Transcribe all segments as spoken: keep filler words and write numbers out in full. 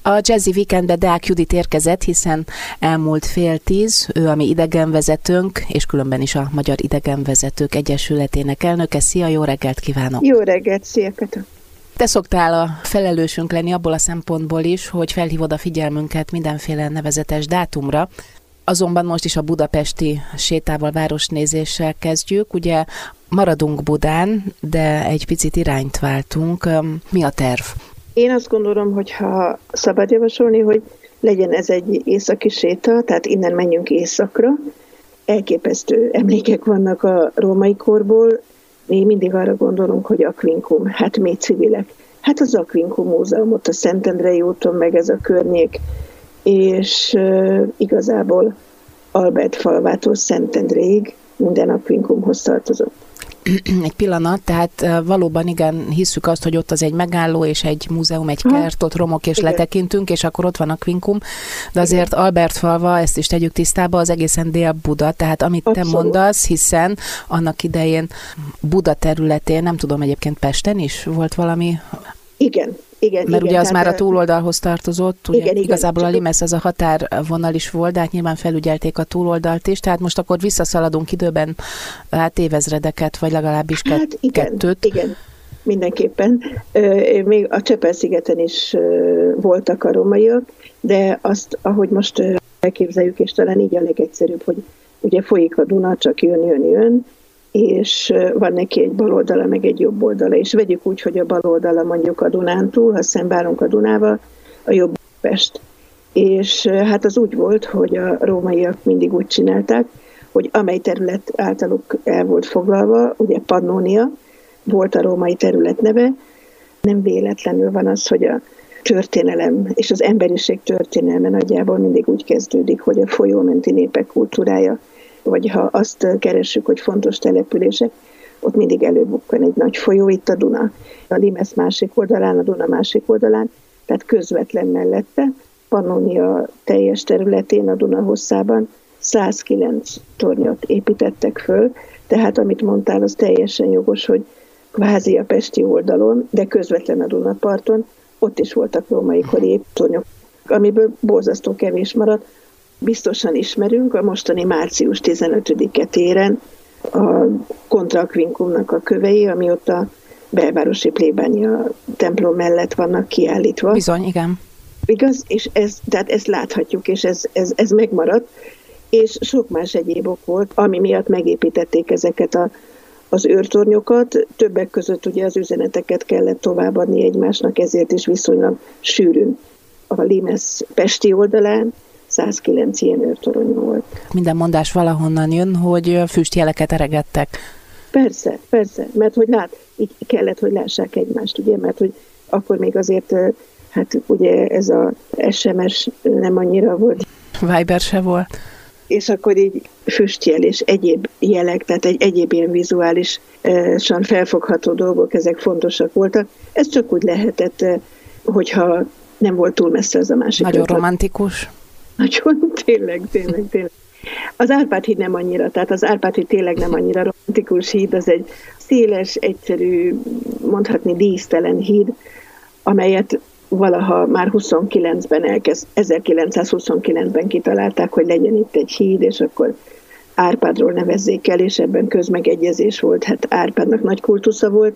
A Jazzy Weekendbe Deák Judit érkezett, hiszen elmúlt fél tíz, ő a mi idegenvezetőnk, és különben is a Magyar Idegenvezetők Egyesületének elnöke. Szia, jó reggelt kívánok! Jó reggelt, szia Kata! Te szoktál a felelősünk lenni abból a szempontból is, hogy felhívod a figyelmünket mindenféle nevezetes dátumra. Azonban most is a budapesti sétával, városnézéssel kezdjük. Ugye maradunk Budán, de egy picit irányt váltunk. Mi a terv? Én azt gondolom, hogy ha szabad javasolni, hogy legyen ez egy északi séta, tehát innen menjünk északra. Elképesztő emlékek vannak a római korból. Mi mindig arra gondolunk, hogy Aquincum, hát mi civilek. Hát az Aquincum múzeumot a Szentendrei úton, meg ez a környék, és uh, igazából Albert falvától Szentendréig minden Aquincumhoz tartozott. Egy pillanat, tehát valóban igen, hisszük azt, hogy ott az egy megálló, és egy múzeum, egy kert, ott romok, és igen. letekintünk, és akkor ott van Aquincum, de azért igen. Albert falva, ezt is tegyük tisztába, az egészen Dél-Buda, tehát amit Abszolút. Te mondasz, hiszen annak idején Buda területén, nem tudom, egyébként Pesten is volt valami... Igen. Igen, Mert igen, ugye az már a... a túloldalhoz tartozott, ugye igen, igazából igen, a Limes az a határvonal is volt, de hát nyilván felügyelték a túloldalt is, tehát most akkor visszaszaladunk időben hát évezredeket, vagy legalábbis kett, hát igen, kettőt. Igen, mindenképpen. Még a Csepel-szigeten is voltak a rómaiak, de azt, ahogy most elképzeljük, és talán így a legegyszerűbb, hogy ugye folyik a Duna, csak jön, jön, jön, és van neki egy bal oldala, meg egy jobb oldala, és vegyük úgy, hogy a bal oldala mondjuk a Dunántúl, ha szembeállunk a Dunával, a jobb Pest. És hát az úgy volt, hogy a rómaiak mindig úgy csinálták, hogy amely terület általuk el volt foglalva, ugye Pannonia volt a római terület neve, nem véletlenül van az, hogy a történelem és az emberiség történelme nagyjából mindig úgy kezdődik, hogy a folyómenti népek kultúrája, vagy ha azt keressük, hogy fontos települések, ott mindig előbukkan egy nagy folyó, itt a Duna. A Limes másik oldalán, a Duna másik oldalán, tehát közvetlen mellette, Pannonia teljes területén, a Duna hosszában százkilenc tornyot építettek föl, tehát amit mondtál, az teljesen jogos, hogy kvázi a pesti oldalon, de közvetlen a Dunaparton, ott is voltak római kori tornyok, amiből borzasztó kevés maradt. Biztosan ismerünk a mostani március tizenötödike téren a Contra Aquincumnak a kövei, ami ott a belvárosi plébánia templom mellett vannak kiállítva. Bizony, igen. Igaz? És ez, tehát ezt láthatjuk, és ez, ez, ez megmaradt, és sok más egyéb ok volt, ami miatt megépítették ezeket a, az őrtornyokat. Többek között ugye az üzeneteket kellett továbbadni egymásnak, ezért is viszonylag sűrűn a Limes pesti oldalán százkilenc ilyen őrtorony volt. Minden mondás valahonnan jön, hogy füstjeleket eregettek. Persze, persze, mert hogy lát, így kellett, hogy lássák egymást, ugye, mert hogy akkor még azért, hát ugye ez a es em es nem annyira volt. Viber se volt. És akkor így füstjel és egyéb jelek, tehát egy egyéb ilyen vizuálisan felfogható dolgok, ezek fontosak voltak. Ez csak úgy lehetett, hogyha nem volt túl messze az a másik. Nagyon ötlet. Romantikus. Nagyon, tényleg, tényleg, tényleg. Az Árpád-híd nem annyira, tehát az Árpád-híd tényleg nem annyira romantikus híd, az egy széles, egyszerű, mondhatni dísztelen híd, amelyet valaha már huszonkilencben elkezd, ezerkilencszázhuszonkilencben kitalálták, hogy legyen itt egy híd, és akkor Árpádról nevezzék el, és ebben közmegegyezés volt, hát Árpádnak nagy kultusza volt.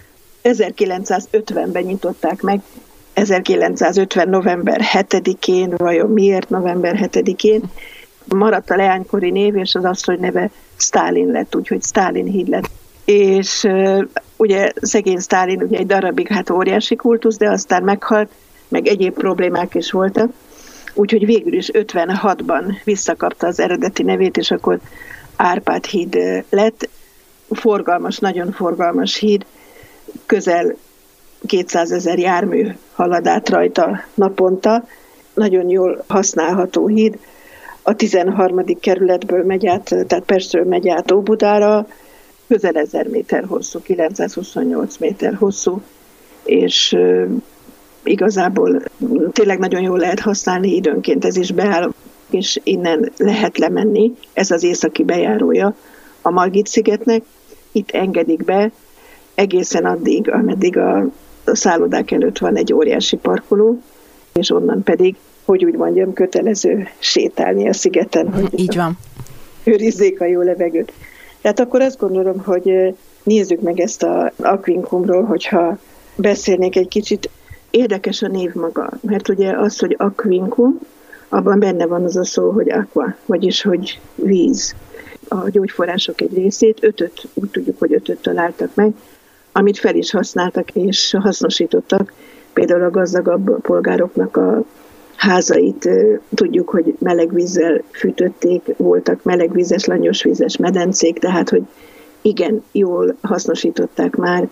ezerkilencszázötvenben nyitották meg, ezerkilencszázötven. november hetedikén, vajon miért november hetedikén, maradt a leánykori név, és az asszony neve Sztálin lett, úgyhogy Sztálin híd lett. És uh, ugye szegény Sztálin ugye egy darabig hát óriási kultusz, de aztán meghalt, meg egyéb problémák is voltak, úgyhogy végül is ötvenhatban visszakapta az eredeti nevét, és akkor Árpád híd lett. Forgalmas, nagyon forgalmas híd, közel kétszázezer jármű halad át rajta naponta, nagyon jól használható híd. A tizenharmadik kerületből megy át, tehát Pestről megy át Óbudára, közel ezer méter hosszú, kilencszázhuszonnyolc méter hosszú, és uh, igazából tényleg nagyon jól lehet használni, időnként ez is beáll, és innen lehet lemenni, ez az északi bejárója a Margit-szigetnek, itt engedik be, egészen addig, ameddig a a szállodák előtt van egy óriási parkoló, és onnan pedig, hogy úgy mondjam, kötelező sétálni a szigeten, hogy így van. őrizzék a jó levegőt. Tehát akkor azt gondolom, hogy nézzük meg ezt az Aquincumról, hogyha beszélnék egy kicsit. Érdekes a név maga, mert ugye az, hogy Aquincum, abban benne van az a szó, hogy aqua, vagyis, hogy víz. A gyógyforrások egy részét, ötöt, úgy tudjuk, hogy ötöt találtak meg, amit fel is használtak és hasznosítottak. Például a gazdagabb polgároknak a házait tudjuk, hogy meleg vízzel fűtötték, voltak melegvízes, langyosvízes medencék, tehát, hogy igen, jól hasznosították már.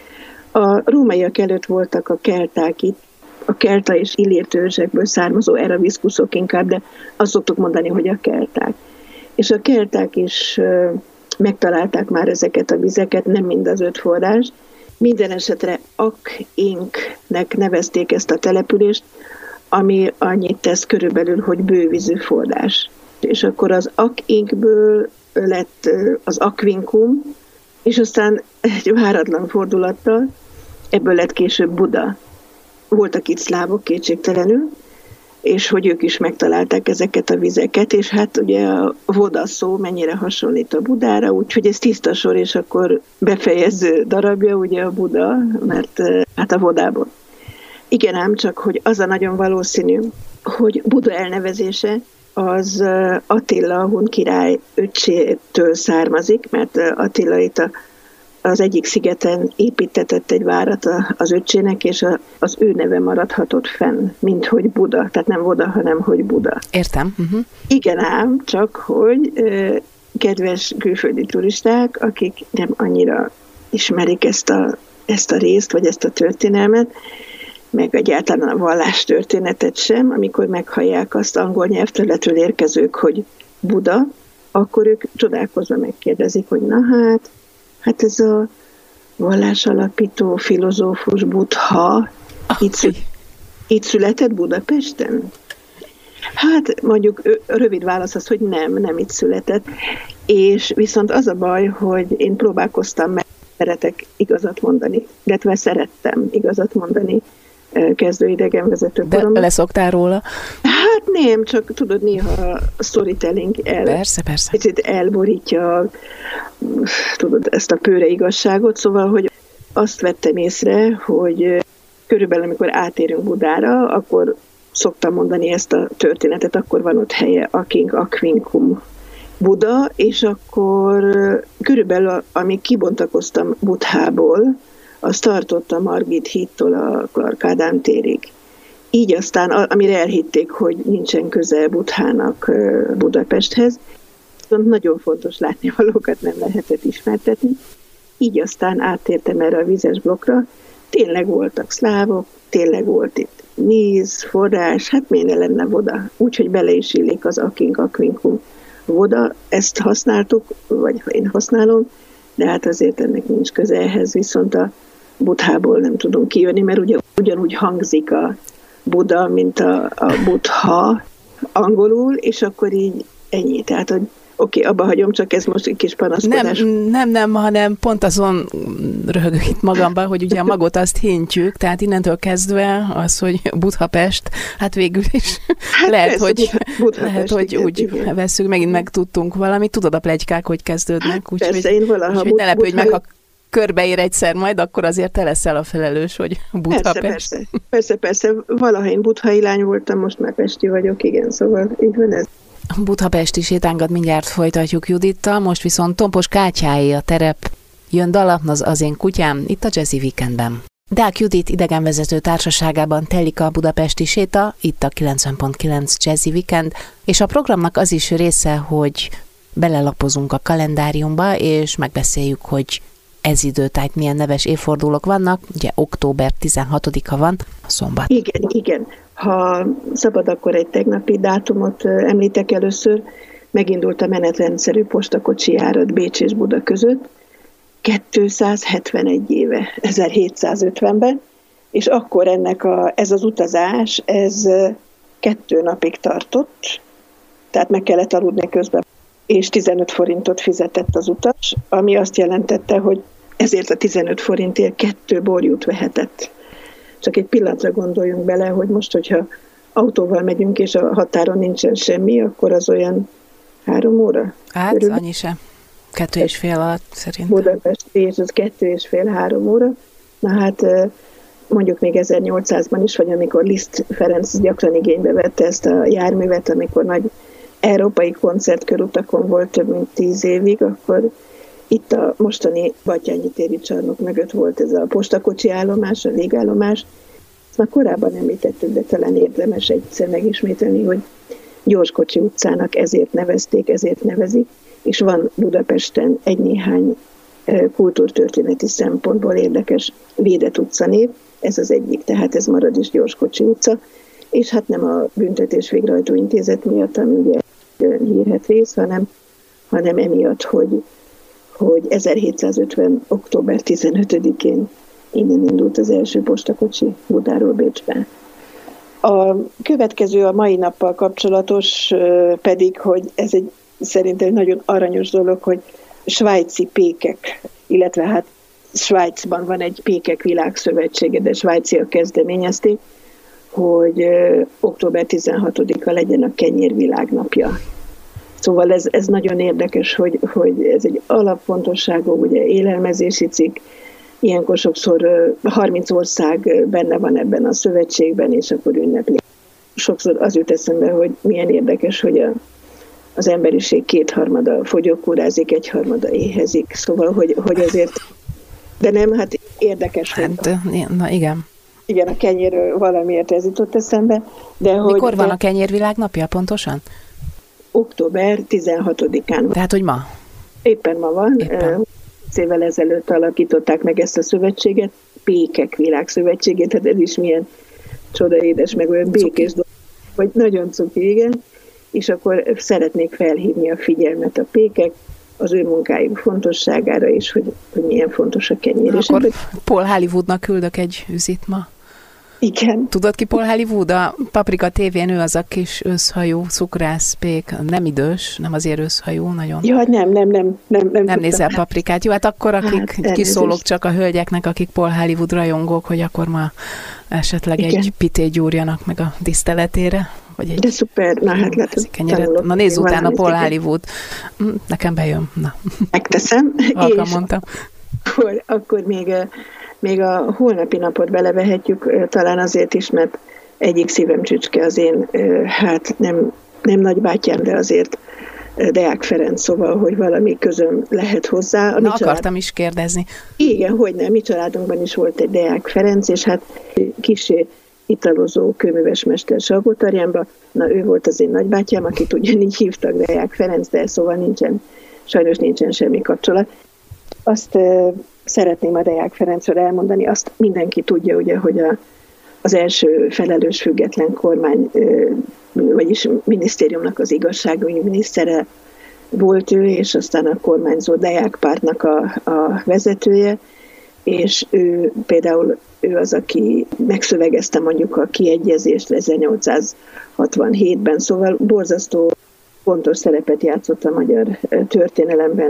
A rómaiak előtt voltak a kelták itt, a kelta és illír törzsekből származó eraviszkuszok inkább, de azt szoktuk mondani, hogy a kelták. És a kelták is megtalálták már ezeket a vizeket, nem mind az öt forrás. Minden esetre Ak-inknek nevezték ezt a települést, ami annyit tesz körülbelül, hogy bővízű forrás. És akkor az Ak-inkből lett az Aquincum, és aztán egy váratlan fordulattal ebből lett később Buda. Voltak itt szlávok kétségtelenül, és hogy ők is megtalálták ezeket a vizeket, és hát ugye a voda szó mennyire hasonlít a Budára, úgyhogy ez tiszta sor, és akkor befejező darabja ugye a Buda, mert hát a vodából. Igen ám, csak hogy az a nagyon valószínű, hogy Buda elnevezése az Attila, a hun király öccsétől származik, mert Attila itt a az egyik szigeten építetett egy várat az öccsének, és a, az ő neve maradhatott fenn, mint hogy Buda. Tehát nem Voda, hanem hogy Buda. Értem. Uh-huh. Igen ám, csak hogy ö, kedves külföldi turisták, akik nem annyira ismerik ezt a, ezt a részt, vagy ezt a történelmet, meg egyáltalán a vallás történetet sem, amikor meghallják azt angol nyelvterületről érkezők, hogy Buda, akkor ők csodálkozva megkérdezik, hogy na hát, Hát ez a vallásalapító filozófus Buddha itt, szü- itt született Budapesten? Hát mondjuk rövid válasz az, hogy nem, nem itt született. És viszont az a baj, hogy én próbálkoztam meg, szeretek igazat mondani, illetve szerettem igazat mondani kezdő idegenvezető koromban. De leszoktál róla? Hát nem, csak tudod, néha a storytelling el, persze, persze. Kicsit elborítja tudod, ezt a pőre igazságot, szóval, hogy azt vettem észre, hogy körülbelül amikor átérünk Budára, akkor szoktam mondani ezt a történetet, akkor van ott helye Akink, Aquincum, Buda, és akkor körülbelül, amíg kibontakoztam Budhából, az tartott a Margit hídtól a Clark Ádám térig. Így aztán, amire elhitték, hogy nincsen köze Budhának Budapesthez, viszont nagyon fontos látnivalókat nem lehetett ismertetni. Így aztán áttértem erre a vízes blokkra. Tényleg voltak szlávok, tényleg volt itt víz, forrás, hát miért ne lenne voda. Úgyhogy bele is illik az Akink, Aquincum, voda. Ezt használtuk, vagy én használom, de hát azért ennek nincs köze ehhez, viszont a Budhából nem tudunk kijönni, mert ugye, ugyanúgy hangzik a Buda, mint a, a Buddha angolul, és akkor így ennyi. Tehát, hogy oké, okay, abba hagyom, csak ez most egy kis panaszkodás. Nem, nem, nem, hanem pont azon röhögök itt magamban, hogy ugye a magot azt hintjük, tehát innentől kezdve az, hogy Budapest, hát végül is hát lehet, persze, hogy, lehet, hogy igen, úgy igen. Vesszük, megint megtudtunk valamit. Tudod a pletykák, hogy kezdődnek, úgyhogy persze, úgy, én valaha úgy, ne lepődj meg, ha körbeér egyszer majd, akkor azért te leszel a felelős, hogy Budapest. Persze, persze, persze, persze. Valaha én budhai lány voltam, most már pesti vagyok, igen, szóval így van ez. Budapesti sétánkat mindjárt folytatjuk Judittal, most viszont Tompos Kátyáé a terep. Jön dala, az az én kutyám, itt a Jazzy Weekendben. Deák Judit idegenvezető társaságában telik a budapesti séta, itt a kilencven pont kilenc Jazzy Weekend, és a programnak az is része, hogy belelapozunk a kalendáriumba, és megbeszéljük, hogy ez időtájt milyen neves évfordulók vannak, ugye október tizenhatodika van, a szombat. Igen, igen. Ha szabad, akkor egy tegnapi dátumot említek először. Megindult a menetrendszerű postakocsi járat Bécs és Buda között, kétszázhetvenegy éve, ezerhétszázötvenben, és akkor ennek a, ez az utazás, ez kettő napig tartott, tehát meg kellett aludni közben, és tizenöt forintot fizetett az utas, ami azt jelentette, hogy ezért a tizenöt forintért kettő borjút vehetett. csak egy pillanatra gondoljunk bele, hogy most, hogyha autóval megyünk, és a határon nincsen semmi, akkor az olyan három óra? Hát, körül. Annyi sem. Kettő és fél alatt szerintem. Budapest és az kettő és fél, három óra. Na hát mondjuk még ezernyolcszázban is, vagy amikor Liszt Ferenc gyakran igénybe vette ezt a járművet, amikor nagy európai koncertkörutakon volt több mint tíz évig, akkor itt a mostani Batthyány téri csarnok mögött volt ez a postakocsi állomás, a végállomás. Ezt már korábban említettük, de talán érdemes egyszer megismételni, hogy Gyorskocsi utcának ezért nevezték, ezért nevezik, és van Budapesten egy néhány kultúrtörténeti szempontból érdekes védett utcanév, ez az egyik, tehát ez marad is Gyorskocsi utca, és hát nem a Büntetés Végrehajtó Intézet miatt, ami ugye hírhedt rész, hanem, hanem emiatt, hogy, hogy ezerhétszázötven. október tizenötödikén innen indult az első postakocsi Budáról Bécsbe. A következő a mai nappal kapcsolatos pedig, hogy ez egy szerintem egy nagyon aranyos dolog, hogy svájci pékek, illetve hát Svájcban van egy pékek világszövetsége, de svájciak kezdeményezték, hogy október tizenhatodika legyen a kenyér világnapja. Szóval ez, ez nagyon érdekes, hogy, hogy ez egy alapfontosságú ugye, élelmezési cikk. Ilyenkor sokszor harminc ország benne van ebben a szövetségben, és akkor ünneplik. Sokszor az jut eszembe, hogy milyen érdekes, hogy a, az emberiség kétharmada fogyókúrázik, egyharmada éhezik. Szóval, hogy, hogy azért... De nem, hát érdekes, hát, hogy... Na igen. Igen, a kenyérről valamiért ez jutott eszembe. De hogy, Mikor van de, a kenyérvilág napja pontosan? október tizenhatodikán. Tehát, hogy ma? Éppen ma van. Éppen. húsz évvel ezelőtt alakították meg ezt a szövetséget, Pékek Világszövetségét, tehát ez is milyen csodaédes, meg olyan békés dolog, vagy nagyon cuki, igen, és akkor szeretnék felhívni a figyelmet a pékek, az ő munkájuk fontosságára is, hogy, hogy milyen fontos a kenyér. Na, akkor ebben... Paul Hollywoodnak küldök egy üzit ma. Igen. Tudod ki Paul Hollywood? A Paprika tévén ő az a kis őszhajú cukrászpék, nem idős, nem azért őszhajú, nagyon. Ja, nem, nem, nem. Nem, nem, nem nézel Paprikát. Jó, hát akkor akik hát, kiszólok csak a hölgyeknek, akik Paul Hollywood rajongók, hogy akkor ma esetleg igen. egy pitét gyúrjanak meg a tiszteletére. Vagy egy de szuper, na hát lehet. Na nézz utána Paul Hollywood. Nekem bejön. Na. Megteszem. Halkan mondtam. Akkor, akkor még, még a holnapi napot belevehetjük, talán azért is, mert egyik szívem csücske az én, hát nem, nem nagybátyám, de azért Deák Ferenc, szóval, hogy valami közöm lehet hozzá. A Na, akartam család... is kérdezni. Igen, hogy nem, mi családunkban is volt egy Deák Ferenc, és hát kissé italozó kőműves mester Salgótarjánba. Na, ő volt az én nagybátyám, akit ugyanígy hívtak Deák Ferenc, de szóval nincsen, sajnos nincsen semmi kapcsolat. Azt uh, szeretném a Deák Ferencről elmondani, azt mindenki tudja, ugye, hogy a, az első felelős független kormány, uh, vagyis minisztériumnak az igazságügyi minisztere volt ő, és aztán a kormányzó Deák pártnak a, a vezetője, és ő például ő az, aki megszövegezte mondjuk a kiegyezést ezernyolcszázhatvanhétben, szóval borzasztó fontos szerepet játszott a magyar történelemben,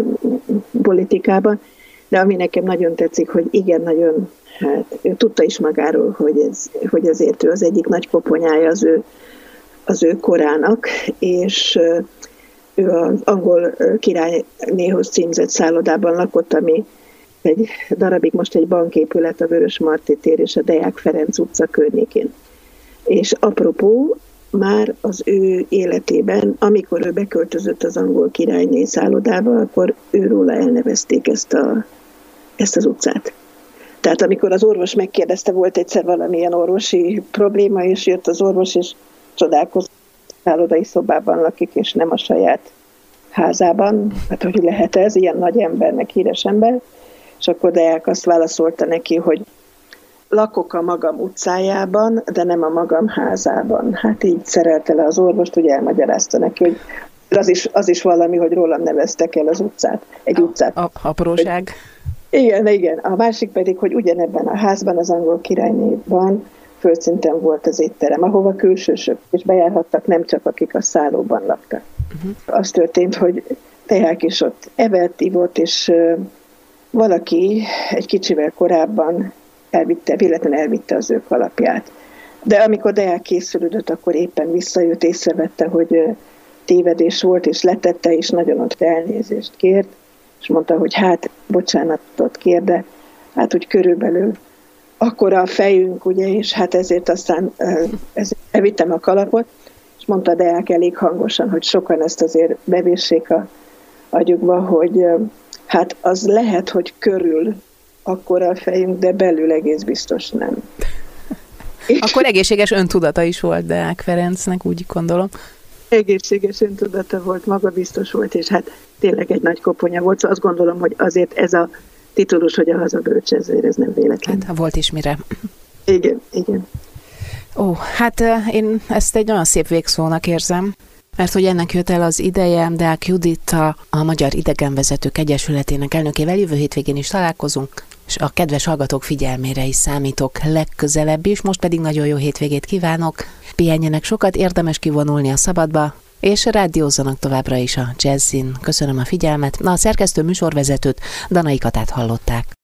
politikában, de ami nekem nagyon tetszik, hogy igen, nagyon, hát ő tudta is magáról, hogy, ez, hogy azért ő az egyik nagy koponyája az ő, az ő korának, és ő az angol királynéhoz címzett szállodában lakott, ami egy darabig most egy banképület, a Vörösmarty tér és a Deák Ferenc utca környékén. És apropó, már az ő életében, amikor ő beköltözött az angol királyné szállodába, akkor őróla elnevezték ezt, a, ezt az utcát. Tehát amikor az orvos megkérdezte, volt egyszer valamilyen orvosi probléma, és jött az orvos, és csodálkozott, szállodai szobában lakik, és nem a saját házában. Hát hogy lehet ez, ilyen nagy embernek, híres ember. És akkor Deák azt válaszolta neki, hogy lakok a magam utcájában, de nem a magam házában. Hát így szerelte le az orvost, ugye elmagyarázta neki, hogy az is, az is valami, hogy rólam neveztek el az utcát. Egy a, utcát. A, apróság. Hogy, igen, igen. A másik pedig, hogy ugyanebben a házban, az angol királynéban földszinten volt az étterem, ahova külsősök is bejárhattak, nem csak akik a szállóban laktak. Uh-huh. Az történt, hogy Deák is ott evett, ivott, és uh, valaki egy kicsivel korábban elvitte, véletlenül elvitte az ő kalapját. De amikor Deák készülődött, akkor éppen visszajött, észrevette, hogy tévedés volt, és letette, és nagyon ott elnézést kért, és mondta, hogy hát bocsánatot kér, de hát úgy körülbelül akkora a fejünk, ugye, és hát ezért aztán ezért elvittem a kalapot, és mondta Deák elég hangosan, hogy sokan ezt azért bevéssék a agyukba, hogy hát az lehet, hogy körül akkora a fejünk, de belül egész biztos nem. Akkor egészséges öntudata is volt Deák Ferencnek, úgy gondolom. Egészséges öntudata volt, magabiztos volt, és hát tényleg egy nagy koponya volt, szóval azt gondolom, hogy azért ez a titulus, hogy a hazabölcs, ezért ez nem véletlen. Hát, volt is mire. Igen, igen. Ó, hát én ezt egy nagyon szép végszónak érzem, mert hogy ennek jött el az ideje. Deák Juditta, a Magyar Idegenvezetők Egyesületének elnökével jövő hétvégén is találkozunk, és a kedves hallgatók figyelmére is számítok legközelebb is. Most pedig nagyon jó hétvégét kívánok, pihenjenek sokat, érdemes kivonulni a szabadba, és rádiózzanak továbbra is a Jazzin. Köszönöm a figyelmet. Na, a szerkesztő műsorvezetőt, Danai Katát hallották.